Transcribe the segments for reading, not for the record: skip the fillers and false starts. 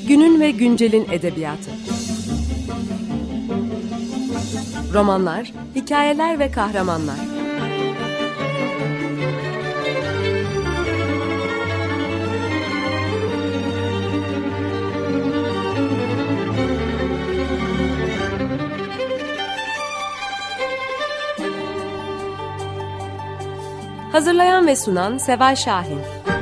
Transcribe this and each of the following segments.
Günün ve güncelin edebiyatı. Romanlar, hikayeler ve kahramanlar. Hazırlayan ve sunan Seval Şahin.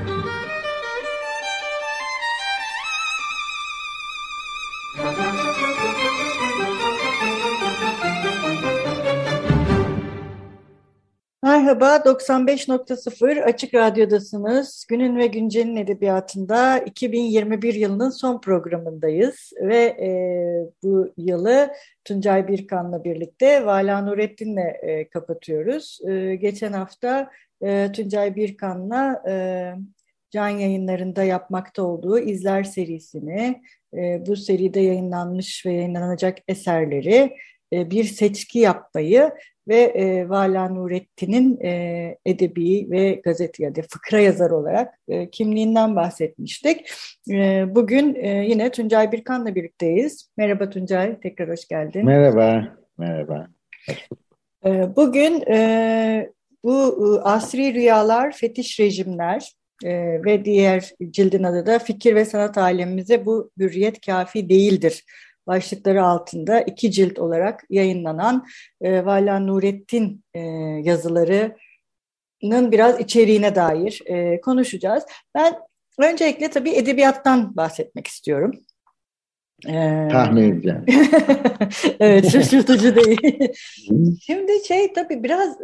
Merhaba, 95.0 Açık Radyo'dasınız. Günün ve Güncel'in edebiyatında 2021 yılının son programındayız. Ve bu yılı Tuncay Birkan'la birlikte Vala Nurettin'le kapatıyoruz. Geçen hafta Tuncay Birkan'la Can Yayınları'nda yapmakta olduğu İzler serisini, bu seride yayınlanmış ve yayınlanacak eserleri bir seçki yapmayı ve Vala Nurettin'in edebi ve gazete ya da fıkra yazarı olarak kimliğinden bahsetmiştik. Bugün yine Tuncay Birkan'la birlikteyiz. Merhaba Tuncay, tekrar hoş geldin. Merhaba, merhaba. Bugün bu Asri Rüyalar, Fetiş Rejimler ve diğer cildin adı da Fikir ve Sanat Alemimize bu hürriyet kafi değildir başlıkları altında 2 cilt olarak yayınlanan Vala Nurettin yazılarının biraz içeriğine dair konuşacağız. Ben öncelikle tabii edebiyattan bahsetmek istiyorum. Tahmin edeceğim. Evet, şaşırtıcı değil. Şimdi tabii biraz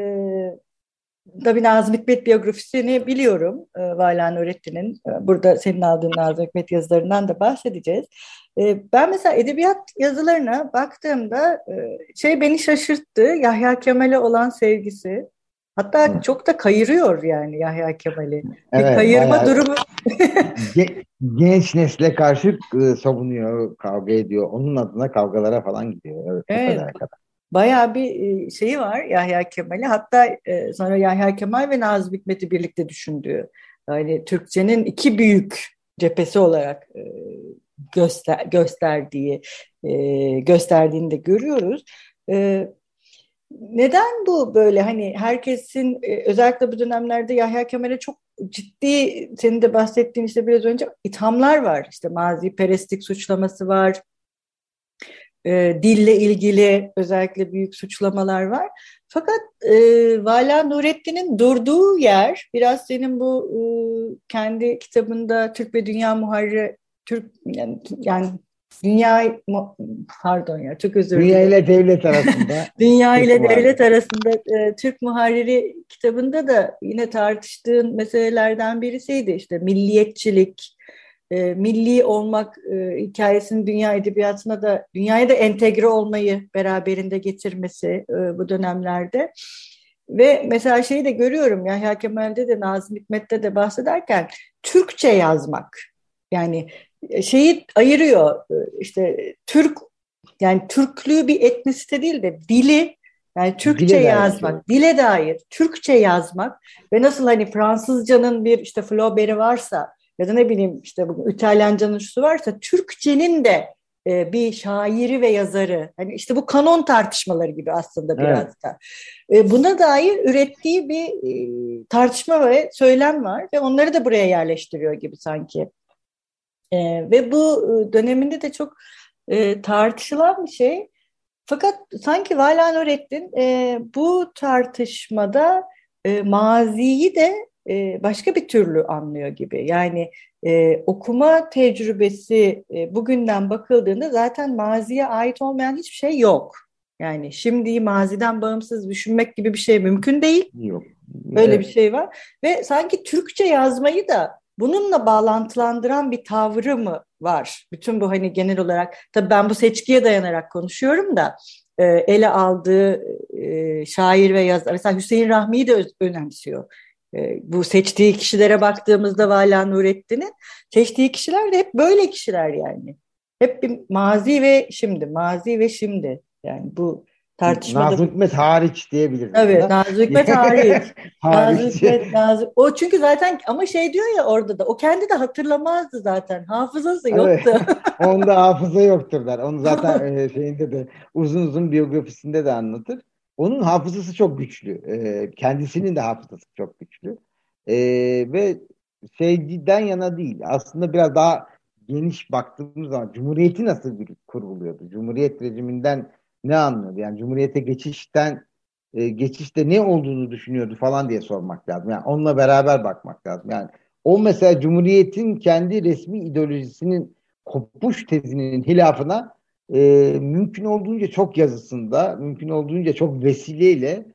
tabii Nazım Hikmet biyografisini biliyorum, Vala Nurettin'in. Burada senin aldığın Nazım Hikmet yazılarından da bahsedeceğiz. Ben mesela edebiyat yazılarına baktığımda beni şaşırttı. Yahya Kemal'e olan sevgisi. Hatta çok da kayırıyor yani Yahya Kemal'i. Evet, bir kayırma durumu. Genç nesle karşı savunuyor, kavga ediyor. Onun adına kavgalara falan gidiyor. Evet. Bayağı bir şeyi var Yahya Kemal'i. Hatta sonra Yahya Kemal ve Nazım Hikmet'i birlikte düşündüğü. Yani Türkçenin 2 büyük cephesi olarak gösterdiğini de görüyoruz. Neden bu böyle, hani herkesin özellikle bu dönemlerde Yahya Kemal'e çok ciddi, senin de bahsettiğin işte biraz önce ithamlar var. İşte mazi perestlik suçlaması var. Dille ilgili özellikle büyük suçlamalar var. Fakat Vala Nurettin'in durduğu yer biraz senin bu kendi kitabında Türk ve Dünya Muharriri Dünya pardon ya çok özür dilerim. Dünya ile devlet arasında. Dünya ile devlet arasında Türk Muharriri kitabında da yine tartıştığın meselelerden birisiydi işte milliyetçilik, milli olmak hikayesinin dünya edebiyatına da, dünyaya da entegre olmayı beraberinde getirmesi bu dönemlerde. Ve mesela de görüyorum Yahya Kemal'de de Nazım Hikmet'te de bahsederken Türkçe yazmak. Yani ayırıyor işte Türk, yani Türklüğü bir etnisite değil de dili, yani Türkçe yazmak, dile dair Türkçe yazmak ve nasıl hani Fransızcanın bir işte Flaubert'i varsa ya da ne bileyim işte bu İtalyancanın şusu varsa Türkçenin de bir şairi ve yazarı. Hani işte bu kanon tartışmaları gibi aslında biraz da. Buna dair ürettiği bir tartışma ve söylem var ve onları da buraya yerleştiriyor gibi sanki. Ve bu döneminde de çok tartışılan bir şey. Fakat sanki Vala Nurettin bu tartışmada maziyi de başka bir türlü anlıyor gibi. Yani okuma tecrübesi bugünden bakıldığında zaten maziye ait olmayan hiçbir şey yok. Yani şimdiyi maziden bağımsız düşünmek gibi bir şey mümkün değil. Yok. Böyle bir şey var. Ve sanki Türkçe yazmayı da bununla bağlantılandıran bir tavrı mı var? Bütün bu hani genel olarak, tabii ben bu seçkiye dayanarak konuşuyorum da ele aldığı şair ve yazar. Mesela Hüseyin Rahmi'yi de önemsiyor. Bu seçtiği kişilere baktığımızda Vala Nurettin'in seçtiği kişiler de hep böyle kişiler yani. Hep bir mazi ve şimdi, mazi ve şimdi. Yani bu Tartışmada Nazım Hikmet hariç diyebiliriz evet, buna. Nazım Hikmet hariç. Nazım Hariç. Hikmet, Nazım. O çünkü zaten ama şey diyor ya orada da o kendi de hatırlamazdı zaten. Hafızası Evet. yoktu. Onda hafıza yoktur der. Onu zaten şeyinde de uzun uzun biyografisinde de anlatır. Onun hafızası çok güçlü. Kendisinin de hafızası çok güçlü. E, ve şeyden yana değil. Aslında biraz daha geniş baktığımız zaman Cumhuriyeti nasıl kuruluyordu? Cumhuriyet rejiminden ne anlıyordu? Yani Cumhuriyete geçişte ne olduğunu düşünüyordu falan diye sormak lazım. Yani onunla beraber bakmak lazım. Yani o mesela Cumhuriyet'in kendi resmi ideolojisinin kopuş tezinin hilafına mümkün olduğunca çok yazısında, mümkün olduğunca çok vesileyle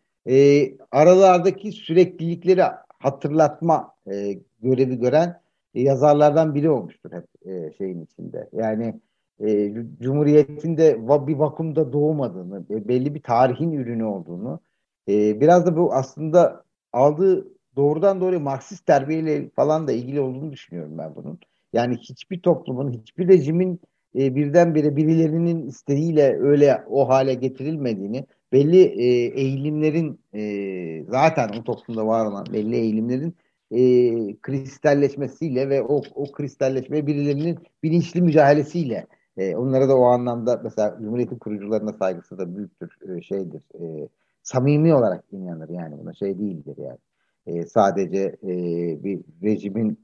aralardaki süreklilikleri hatırlatma görevi gören yazarlardan biri olmuştur hep şeyin içinde. Yani Cumhuriyet'in de bir vakumda doğmadığını, belli bir tarihin ürünü olduğunu, biraz da bu aslında aldığı doğrudan doğruya Marksist terbiyeyle falan da ilgili olduğunu düşünüyorum ben bunun. Yani hiçbir toplumun, hiçbir rejimin birdenbire birilerinin isteğiyle öyle o hale getirilmediğini, belli eğilimlerin zaten o toplumda var olan belli eğilimlerin kristalleşmesiyle ve o kristalleşmeye birilerinin bilinçli müdahalesiyle onlara da o anlamda mesela Cumhuriyet'in kurucularına saygısı da büyüktür, şeydir. Samimi olarak inanır yani buna şey değildir yani. Sadece bir rejimin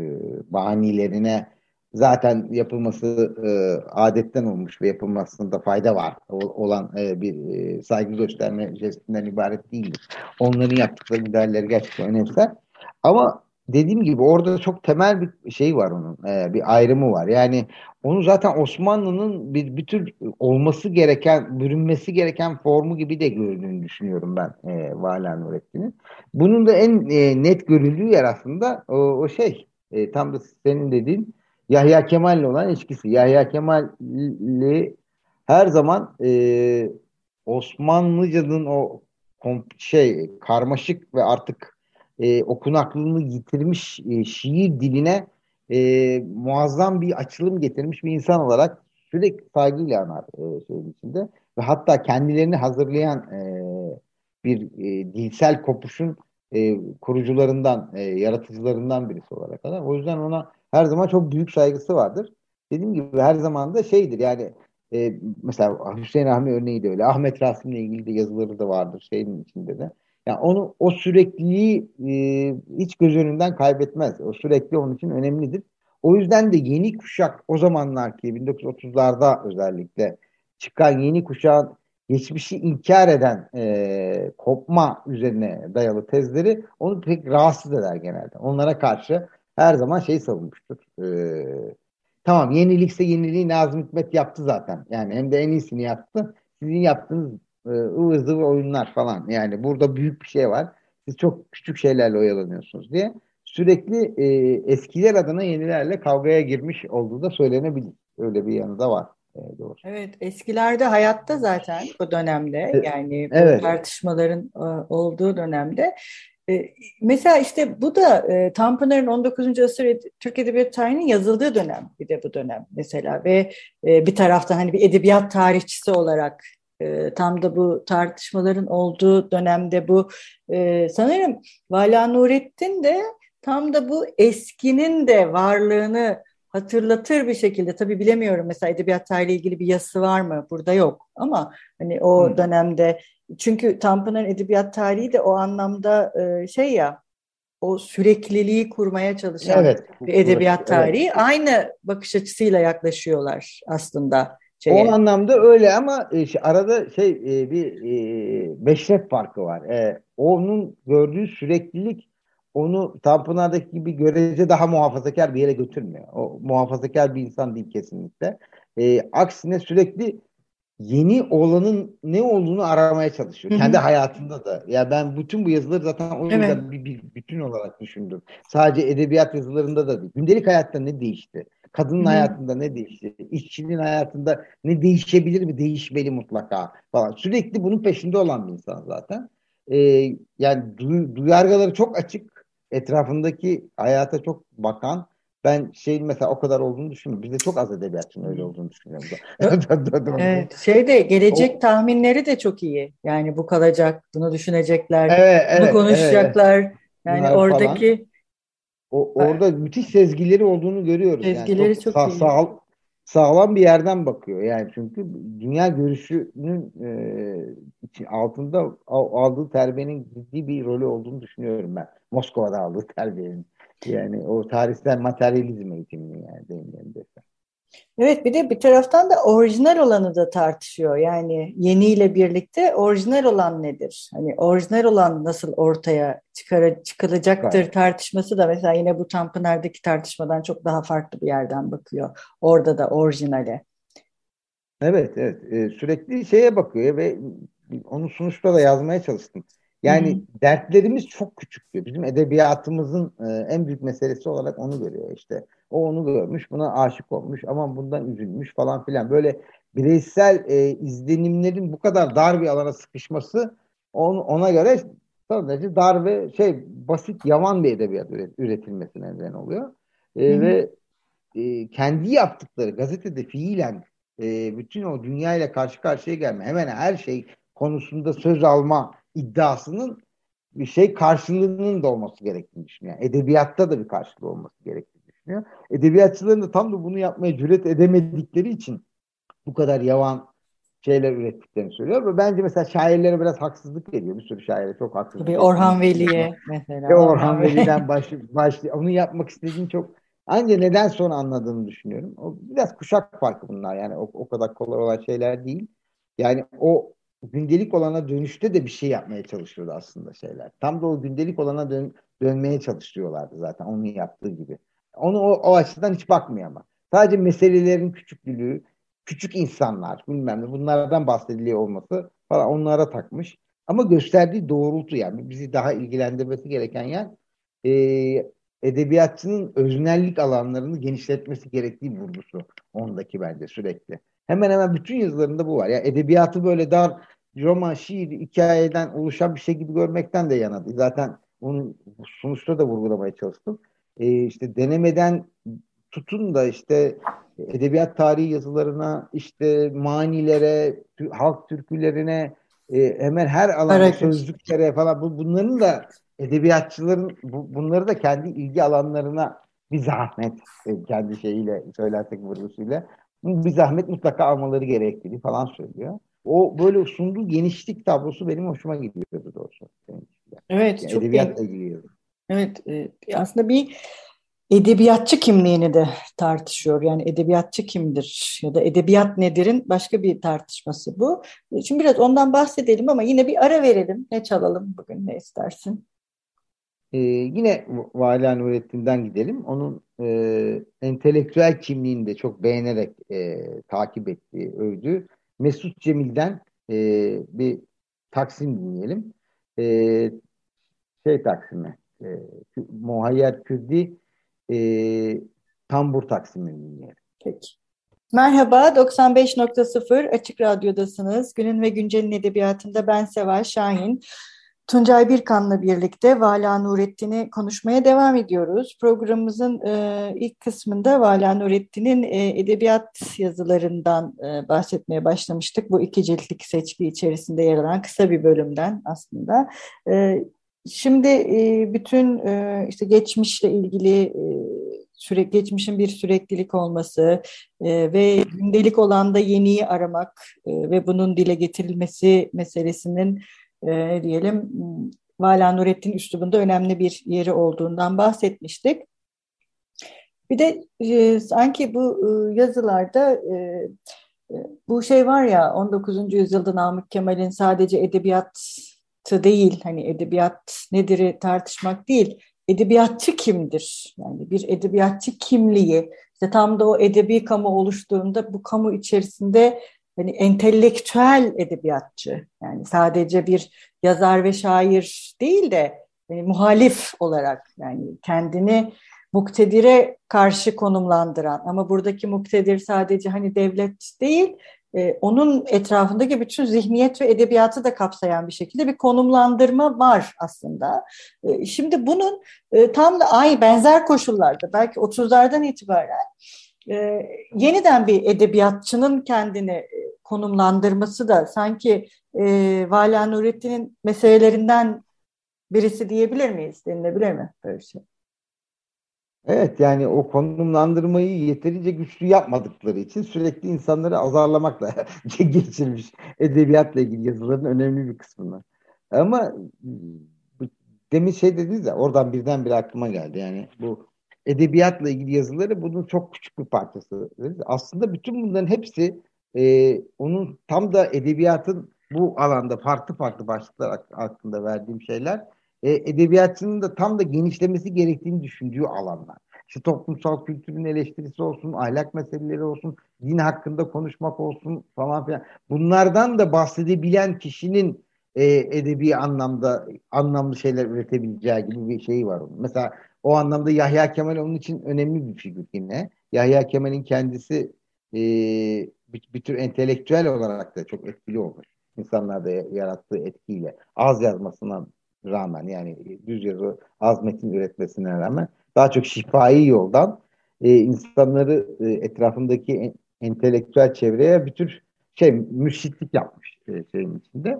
banilerine zaten yapılması adetten olmuş ve yapılmasında fayda var olan bir saygı gösterme jestinden ibaret değildir. Onların yaptıkları müdahaleleri gerçekten önemser. Ama dediğim gibi orada çok temel bir şey var onun. Bir ayrımı var. Yani onu zaten Osmanlı'nın bir tür olması gereken, bürünmesi gereken formu gibi de gördüğünü düşünüyorum ben Vala Nurettin'in. Bunun da en net görüldüğü yer aslında o şey. Tam da senin dediğin Yahya Kemal'le olan ilişkisi. Yahya Kemal'i her zaman Osmanlıca'nın o karmaşık ve artık okunaklığını yitirmiş şiir diline muazzam bir açılım getirmiş bir insan olarak sürekli saygıyla anar şeyin içinde. Ve hatta kendilerini hazırlayan bir dilsel kopuşun kurucularından, yaratıcılarından birisi olarak anar. O yüzden ona her zaman çok büyük saygısı vardır. Dediğim gibi her zaman da şeydir yani mesela Hüseyin Rahmi örneği de öyle. Ahmet Rasim'le ilgili de yazıları da vardır şeyin içinde de. Yani onu o sürekliliği hiç göz önünden kaybetmez. O sürekli onun için önemlidir. O yüzden de yeni kuşak o zamanlar ki 1930'larda özellikle çıkan yeni kuşağın geçmişi inkar eden kopma üzerine dayalı tezleri onu pek rahatsız eder genelde. Onlara karşı her zaman şey savunmuştur. Tamam yenilikse yeniliği Nazım Hikmet yaptı zaten. Yani hem de en iyisini yaptı. Sizin yaptığınız ıvır zıvır oyunlar falan. Yani burada büyük bir şey var. Siz çok küçük şeylerle oyalanıyorsunuz diye. Sürekli eskiler adına yenilerle kavgaya girmiş olduğu da söylenebilir. Öyle bir yanı da var. Doğrusu. evet, eskilerde hayatta zaten o dönemde E, yani bu Evet. tartışmaların olduğu dönemde mesela işte bu da Tanpınar'ın 19. asır Türk Edebiyatı tarihinin yazıldığı dönem bir de bu dönem mesela ve bir taraftan hani bir edebiyat tarihçisi olarak tam da bu tartışmaların olduğu dönemde bu sanırım Vala Nurettin de tam da bu eskinin de varlığını hatırlatır bir şekilde tabii bilemiyorum mesela edebiyat tarihiyle ilgili bir yazısı var mı? Burada yok ama hani o Hı. dönemde çünkü Tanpınar'ın edebiyat tarihi de o anlamda şey ya o sürekliliği kurmaya çalışan Evet. bir edebiyat Evet. tarihi aynı bakış açısıyla yaklaşıyorlar aslında O şeye. anlamda öyle ama arada bir meşrep farkı var. Onun gördüğü süreklilik onu Tanpınar'daki gibi görece daha muhafazakar bir yere götürmüyor. O muhafazakar bir insan değil kesinlikle. Aksine sürekli yeni olanın ne olduğunu aramaya çalışıyor. Hı Kendi hı. hayatında da. Ya ben bütün bu yazıları zaten o Evet. yüzden bir bütün olarak düşündüm. Sadece edebiyat yazılarında da değil. Gündelik hayatta ne değişti? Hı Kadının hı. hayatında ne değişti? İşçinin hayatında ne değişebilir mi? Değişmeli mutlaka falan. Sürekli bunun peşinde olan bir insan zaten. Ee, yani duyargaları çok açık. Etrafındaki hayata çok bakan Ben şeyin mesela o kadar olduğunu düşünmüyorum. Bizde çok az edebiyatçının öyle olduğunu düşünüyorum. Doğrusu. Evet, gelecek O, tahminleri de çok iyi. Yani bu kalacak, bunu düşünecekler, evet, bunu evet, evet. konuşacaklar. Yani Bunlar falan. oradaki Orada müthiş sezgileri olduğunu görüyoruz. Yani sezgileri çok çok iyi. sağlam bir yerden bakıyor. Yani çünkü dünya görüşünün altında aldığı terbiyenin ciddi bir rolü olduğunu düşünüyorum ben. Moskova'da aldığı terbiyenin. Yani o tarihsel materyalizm eğitimini yani deyimlerinde. Evet, bir de bir taraftan da orijinal olanı da tartışıyor. Yani yeniyle birlikte orijinal olan nedir? Hani orijinal olan nasıl ortaya çıkılacaktır tartışması da mesela yine bu Tanpınar'daki tartışmadan çok daha farklı bir yerden bakıyor. Orada da orijinale. Evet, evet. Sürekli şeye bakıyor ve onu sonuçta da yazmaya çalıştım. Hı hı. Yani dertlerimiz çok küçük diyor. Bizim edebiyatımızın en büyük meselesi olarak onu görüyor işte. O onu görmüş, buna aşık olmuş, ama bundan üzülmüş falan filan. Böyle bireysel izlenimlerin bu kadar dar bir alana sıkışması ona göre sadece dar ve basit, yavan bir edebiyat üretilmesine neden oluyor. Hı hı. Ve kendi yaptıkları gazetede fiilen bütün o dünyayla karşı karşıya gelme, hemen her şey konusunda söz alma iddiasının bir karşılığının da olması gerektiğini düşünüyor. Yani edebiyatta da bir karşılığı olması gerektiğini düşünüyor. Edebiyatçıların da tam da bunu yapmaya cüret edemedikleri için bu kadar yavan şeyler ürettiklerini söylüyor. Ve bence mesela şairlere biraz haksızlık ediyor. Bir sürü şaire çok Tabii haksızlık ettiğini Orhan düşünüyorum. Veli'ye mesela Orhan Orhan Veli. Veli'den başlıyor. Onu yapmak istediğini çok anca neden sonra anladığını düşünüyorum. O biraz kuşak farkı bunlar. Yani o kadar kolay olan şeyler değil. Yani o gündelik olana dönüşte de bir şey yapmaya çalışıyordu aslında şeyler. Tam da o gündelik olana dönmeye çalışıyorlardı zaten onun yaptığı gibi. Onu o açıdan hiç bakmıyor ama. Sadece meselelerin küçüklüğü, küçük insanlar bilmem ne bunlardan bahsediliyor olması falan onlara takmış. Ama gösterdiği doğrultu, yani bizi daha ilgilendirmesi gereken yer edebiyatçının öznellik alanlarını genişletmesi gerektiği vurgusu ondaki bence sürekli. Hemen hemen bütün yazılarında bu var. Ya edebiyatı böyle dar roman, şiir, hikayeden oluşan bir şey gibi görmekten de yana değil. Zaten onu sonuçta da vurgulamaya çalıştım. İşte denemeden tutun da işte edebiyat tarihi yazılarına, işte manilere, halk türkülerine, hemen her alanda Karagöz. sözlüklere falan bunların da edebiyatçıların bunları da kendi ilgi alanlarına bir zahmet, kendi şeyiyle söylersek vurgusuyla bir zahmet mutlaka almaları gerektiğini falan söylüyor. O böyle sunduğu genişlik tablosu benim hoşuma gidiyordu doğrusu. Evet, Yani çok edebiyatla ilgili yazı. evet, aslında bir edebiyatçı kimliğini de tartışıyor. Yani edebiyatçı kimdir ya da edebiyat nedir'in başka bir tartışması bu. Şimdi biraz ondan bahsedelim ama yine bir ara verelim. Ne çalalım bugün, ne istersin? Yine Vala Nurettin'den gidelim. Onun entelektüel kimliğini de çok beğenerek takip ettiği, övdüğü Mesut Cemil'den bir Taksim dinleyelim. E, Taksimi, Muhayyer Kürdi Tambur Taksim'i dinleyelim. Peki. Merhaba, 95.0 Açık Radyo'dasınız. Günün ve Güncel'in edebiyatında ben Seval Şahin. Tuncay Birkan'la birlikte Vala Nurettin'i konuşmaya devam ediyoruz. Programımızın ilk kısmında Vala Nurettin'in edebiyat yazılarından bahsetmeye başlamıştık. Bu iki ciltlik seçki içerisinde yer alan kısa bir bölümden aslında. Şimdi bütün işte geçmişle ilgili geçmişin bir süreklilik olması ve gündelik olanda yeniyi aramak ve bunun dile getirilmesi meselesinin diyelim Vala Nurettin üslubunda önemli bir yeri olduğundan bahsetmiştik. Bir de sanki bu yazılarda bu şey var ya 19. yüzyılda Namık Kemal'in sadece edebiyatı değil hani edebiyat nedir'i tartışmak değil edebiyatçı kimdir? Yani bir edebiyatçı kimliği işte tam da o edebi kamu oluştuğunda bu kamu içerisinde hani entelektüel edebiyatçı yani sadece bir yazar ve şair değil de muhalif olarak yani kendini muktedire karşı konumlandıran ama buradaki muktedir sadece hani devlet değil onun etrafındaki bütün zihniyet ve edebiyatı da kapsayan bir şekilde bir konumlandırma var aslında. Şimdi bunun tam da aynı benzer koşullarda belki 30'lardan itibaren yeniden bir edebiyatçının kendini konumlandırması da sanki Vala Nurettin'in meselelerinden birisi diyebilir miyiz? Denilebilir mi böyle bir şey? Evet, yani o konumlandırmayı yeterince güçlü yapmadıkları için sürekli insanları azarlamakla geçirmiş edebiyatla ilgili yazıların önemli bir kısmını. Ama bu- demin şey dediniz ya, oradan birdenbire aklıma geldi. Yani bu edebiyatla ilgili yazıları bunun çok küçük bir parçası. Aslında bütün bunların hepsi onun tam da edebiyatın bu alanda farklı farklı başlıklar hakkında verdiğim şeyler, edebiyatçının da tam da genişlemesi gerektiğini düşündüğü alanlar. İşte toplumsal kültürün eleştirisi olsun, ahlak meseleleri olsun, din hakkında konuşmak olsun falan filan. Bunlardan da bahsedebilen kişinin edebi anlamda anlamlı şeyler üretebileceği gibi bir şey var onun. Mesela o anlamda Yahya Kemal onun için önemli bir figür yine. Yahya Kemal'in kendisi e, bir tür entelektüel olarak da çok etkili olmuş. İnsanlarda yarattığı etkiyle. Az yazmasına rağmen, yani düz yazı az metin üretmesine rağmen daha çok şifai yoldan insanları etrafındaki entelektüel çevreye bir tür mürşitlik yapmış şeyin içinde.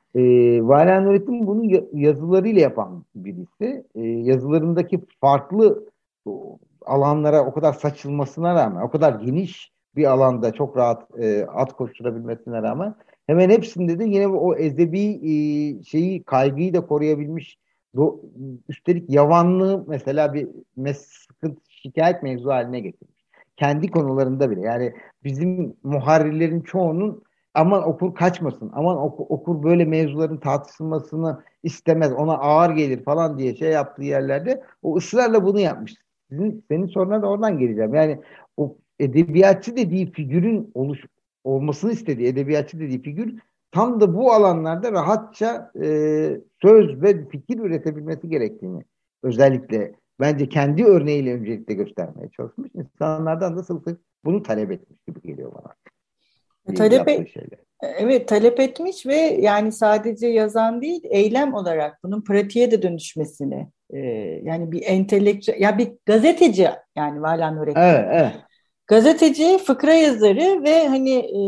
Vala Nurettin bunu yazılarıyla yapan birisi. Yazılarındaki farklı alanlara o kadar saçılmasına rağmen, o kadar geniş bir alanda çok rahat at koşturabilmesine rağmen hemen hepsinde de yine o edebi kaygıyı da koruyabilmiş. Üstelik yavanlığı mesela bir sıkıntı, şikayet mevzu haline getirmiş. Kendi konularında bile. Yani bizim muharrirlerin çoğunun aman okur kaçmasın, aman okur böyle mevzuların tartışılmasını istemez, ona ağır gelir falan diye şey yaptığı yerlerde o ısrarla bunu yapmış. Senin soruna da oradan geleceğim. Yani o edebiyatçı dediği figürün olmasını istediği edebiyatçı dediği figür tam da bu alanlarda rahatça söz ve fikir üretebilmesi gerektiğini özellikle bence kendi örneğiyle öncelikle göstermeye çalışmış. İnsanlardan da sırf bunu talep etmiş gibi geliyor bana. Talep Yaptığı şeyler. evet, talep etmiş ve yani sadece yazan değil, eylem olarak bunun pratiğe de dönüşmesini, yani bir entelektüel, ya bir gazeteci, yani Vala Nurettin. Evet, evet. Gazeteci, fıkra yazarı ve hani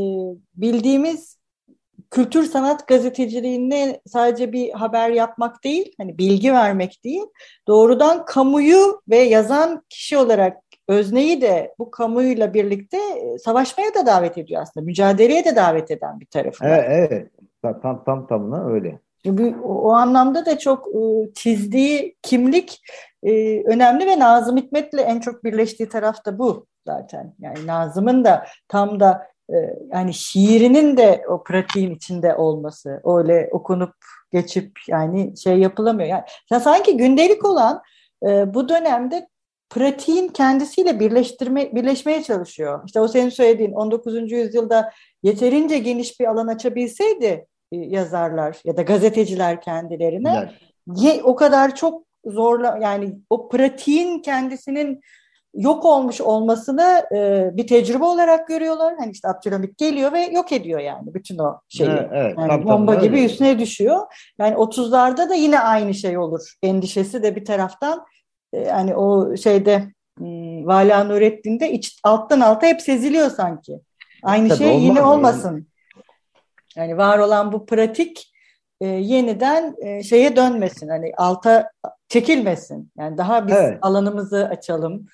bildiğimiz kültür sanat gazeteciliğinde sadece bir haber yapmak değil, hani bilgi vermek değil, doğrudan kamuyu ve yazan kişi olarak özneyi de bu kamuyla birlikte savaşmaya da davet ediyor aslında. Mücadeleye de davet eden bir tarafı var. Evet, evet. Tam tamına öyle. O anlamda da çok çizdiği kimlik önemli ve Nazım Hikmet'le en çok birleştiği taraf da bu zaten. Yani Nazım'ın da tam da yani şiirinin de o pratiğin içinde olması, öyle okunup geçip yani şey yapılamıyor. Yani sanki gündelik olan bu dönemde pratiğin kendisiyle birleşmeye çalışıyor. İşte o senin söylediğin 19. yüzyılda yeterince geniş bir alan açabilseydi yazarlar ya da gazeteciler kendilerine Güzel. o kadar çok zorla, yani o pratiğin kendisinin yok olmuş olmasını bir tecrübe olarak görüyorlar. Hani işte Abdülhamit geliyor ve yok ediyor yani bütün o şeyi. Evet, evet. Yani Tam bomba tamına gibi öyle. üstüne düşüyor. Yani 30'larda da yine aynı şey olur. Endişesi de bir taraftan hani o şeyde Vala Nurettin'de alttan alta hep seziliyor sanki. Aynı Tabii şey yine olmaz mı? Yani, olmasın. Yani var olan bu pratik yeniden şeye dönmesin, hani alta çekilmesin. Yani daha biz evet. alanımızı açalım,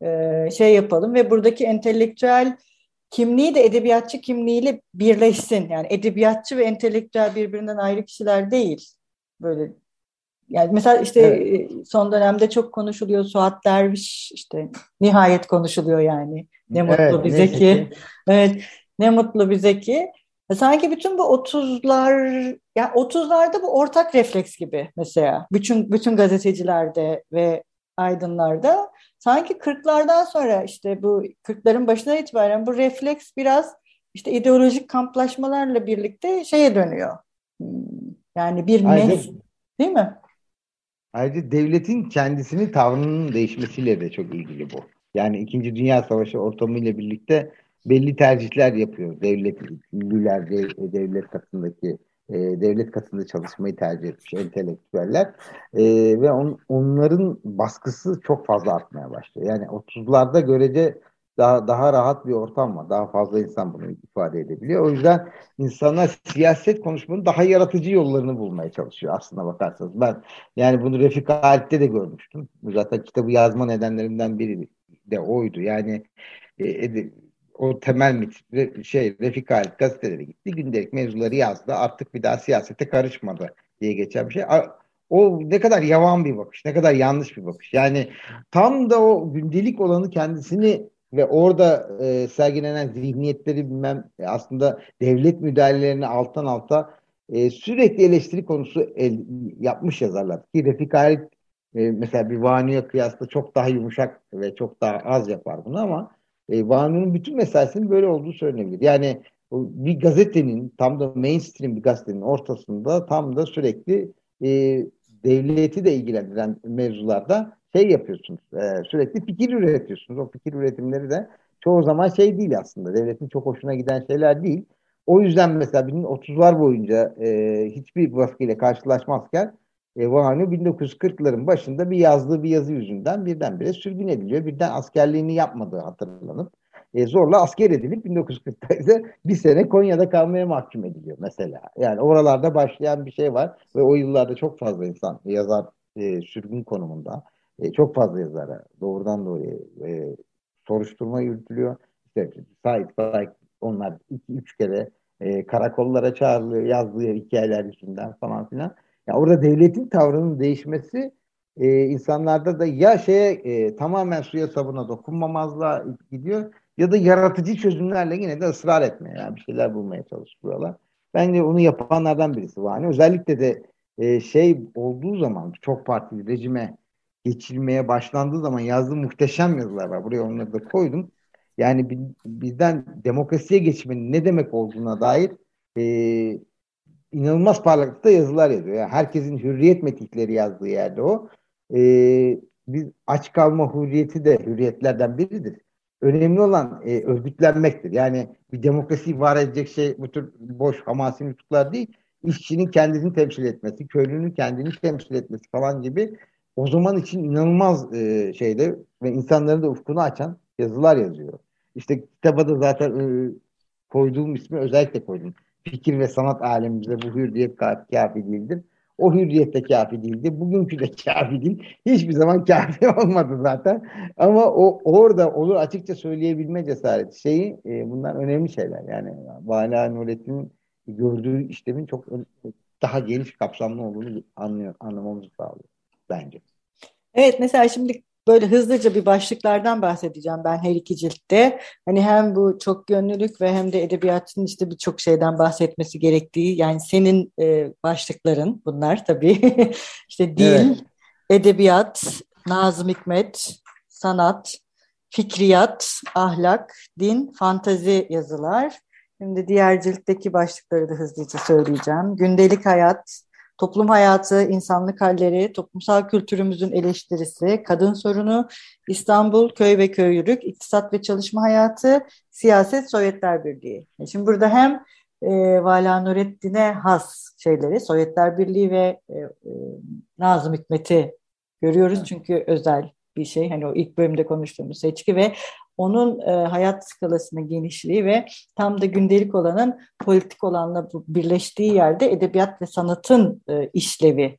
şey yapalım ve buradaki entelektüel kimliği de edebiyatçı kimliğiyle birleşsin. Yani edebiyatçı ve entelektüel birbirinden ayrı kişiler değil. Böyle yani mesela işte Evet. son dönemde çok konuşuluyor Suat Derviş, işte nihayet konuşuluyor yani. Ne mutlu Evet. bize Neyse ki. ki. Evet, ne mutlu bize ki. Sanki bütün bu 30'lar, ya 30'larda bu ortak refleks gibi mesela bütün gazetecilerde ve aydınlarda, sanki 40'lardan sonra işte bu 40'ların başına itibaren bu refleks biraz işte ideolojik kamplaşmalarla birlikte şeye dönüyor. Hmm, Yani bir Ayrıca, değil mi? ayrıca devletin tavrının değişmesiyle de çok ilgili bu. Yani İkinci Dünya Savaşı ortamıyla birlikte belli tercihler yapıyor. Devletliler, devlet katındaki devlet katında çalışmayı tercih etmiş entelektüeller. Ve onların baskısı çok fazla artmaya başlıyor. Yani 30'larda görece daha rahat bir ortam var. Daha fazla insan bunu ifade edebiliyor. O yüzden insanlar siyaset konuşmanın daha yaratıcı yollarını bulmaya çalışıyor aslına bakarsanız. Ben yani bunu Refik Halit'te de görmüştüm. Bu zaten kitabı yazma nedenlerimden biri de oydu. Yani o temel Refik Halit gazetelere gitti. Gündelik mevzuları yazdı. Artık bir daha siyasete karışmadı diye geçen bir şey. O ne kadar yavan bir bakış, ne kadar yanlış bir bakış. Yani tam da o gündelik olanı kendisini ve orada sergilenen zihniyetleri bilmem aslında devlet müdahalelerini alttan alta sürekli eleştiri konusu yapmış yazarlar. Ki Refik Halit mesela bir Vanu'ya kıyasla çok daha yumuşak ve çok daha az yapar bunu ama Vanu'nun bütün mesaisinin böyle olduğu söylenebilir. Yani bir gazetenin tam da mainstream bir gazetenin ortasında tam da sürekli e, devleti de ilgilendiren mevzularda yapıyorsunuz. Sürekli fikir üretiyorsunuz. O fikir üretimleri de çoğu zaman değil aslında. Devletin çok hoşuna giden şeyler değil. O yüzden mesela 30'lar boyunca hiçbir baskıyla karşılaşmazken Vahani 1940'ların başında yazdığı bir yazı yüzünden birdenbire sürgün ediliyor. Birden askerliğini yapmadığı hatırlanıp zorla asker edilip 1940'ta ise bir sene Konya'da kalmaya mahkum ediliyor mesela. Yani oralarda başlayan bir şey var ve o yıllarda çok fazla insan yazar sürgün konumunda. Çok fazla yazara doğrudan doğruya soruşturma yürütülüyor. İşte Sait Faik onlar 2-3 kere karakollara çağrılıyor yazdığı hikayeler yüzünden falan filan. Ya orada devletin tavrının değişmesi insanlarda da ya tamamen suya sabuna dokunmamazlığa gidiyor ya da yaratıcı çözümlerle yine de ısrar etmeye yani bir şeyler bulmaya çalışıyorlar. Bence onu yapanlardan birisi var. Hani özellikle de olduğu zaman çok partili rejime geçilmeye başlandığı zaman yazdığı muhteşem yazılar var. Buraya onları da koydum. Yani bizden demokrasiye geçmenin ne demek olduğuna dair e, inanılmaz parlaklıkta yazılar yazıyor. Yani herkesin hürriyet metikleri yazdığı yerde o. Biz aç kalma hürriyeti de hürriyetlerden biridir. Önemli olan örgütlenmektir. Yani bir demokrasi var edecek bu tür boş hamasi nutuklar değil. İşçinin kendisini temsil etmesi, köylünün kendini temsil etmesi falan gibi o zaman için inanılmaz ve insanların da ufkunu açan yazılar yazıyor. İşte kitaba da zaten koyduğum ismi özellikle koydum. Fikir ve sanat alemimize bu hürriyet kafi değildir. O hürriyet de kafi değildi. Bugünkü de kafi değil. Hiçbir zaman kafi olmadı zaten. Ama orada olur açıkça söyleyebilme cesareti bunlar önemli şeyler. Yani Vala Nurettin'in gördüğü işlemin çok daha geniş kapsamlı olduğunu anlamamızı sağlıyor bence. Evet, mesela şimdi böyle hızlıca bir başlıklardan bahsedeceğim ben her iki ciltte. Hani hem bu çok yönlülük ve hem de edebiyatın işte birçok şeyden bahsetmesi gerektiği. Yani senin başlıkların bunlar tabii. İşte dil, Evet. edebiyat, Nazım Hikmet, sanat, fikriyat, ahlak, din, fantazi yazılar. Şimdi diğer ciltteki başlıkları da hızlıca söyleyeceğim. Gündelik hayat, toplum hayatı, insanlık halleri, toplumsal kültürümüzün eleştirisi, kadın sorunu, İstanbul, köy ve köylülük, iktisat ve çalışma hayatı, siyaset, Sovyetler Birliği. Şimdi burada hem Vala Nurettin'e has şeyleri, Sovyetler Birliği ve Nazım Hikmet'i görüyoruz. Çünkü özel bir şey. Hani o ilk bölümde konuştuğumuz seçki ve onun hayat skalasının genişliği ve tam da gündelik olanın politik olanla birleştiği yerde edebiyat ve sanatın işlevi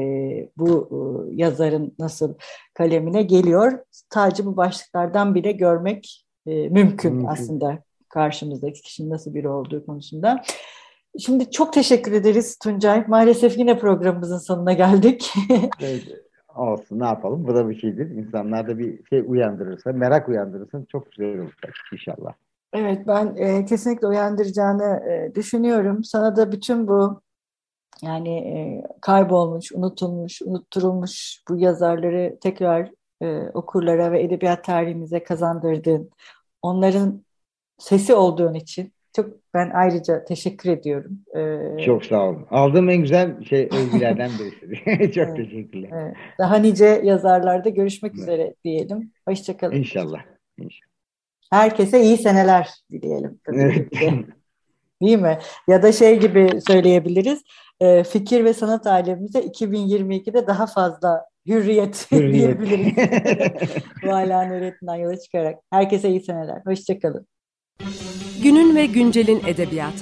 bu yazarın nasıl kalemine geliyor. Sadece bu başlıklardan bile görmek mümkün aslında karşımızdaki kişinin nasıl biri olduğu konusunda. Şimdi çok teşekkür ederiz Tuncay. Maalesef yine programımızın sonuna geldik. Evet, olsun ne yapalım? Bu da bir şeydir. İnsanlarda bir şey uyandırırsa, merak uyandırırsa çok güzel olacak inşallah. Evet, ben kesinlikle uyandıracağını düşünüyorum. Sana da bütün bu yani kaybolmuş, unutulmuş, unutturulmuş bu yazarları tekrar okurlara ve edebiyat tarihimize kazandırdığın, onların sesi olduğun için çok ben ayrıca teşekkür ediyorum. Çok sağ olun. Aldığım en güzel övgülerden birisi. Çok Evet, teşekkürler. evet. Daha nice yazarlarda görüşmek üzere diyelim. Hoşça kalın. İnşallah. İnşallah. Herkese iyi seneler dileyelim. Evet. Değil mi? Ya da şey gibi söyleyebiliriz. Fikir ve sanat alemimize 2022'de daha fazla hürriyet diyebiliriz. Bu Ala Nurettin'den yola çıkarak. Herkese iyi seneler. Hoşçakalın. Günün ve güncelin edebiyatı.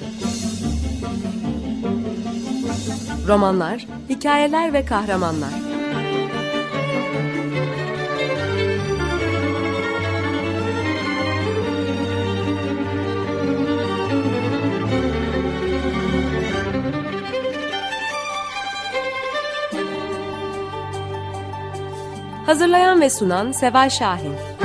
Romanlar, hikayeler ve kahramanlar. Hazırlayan ve sunan Seval Şahin.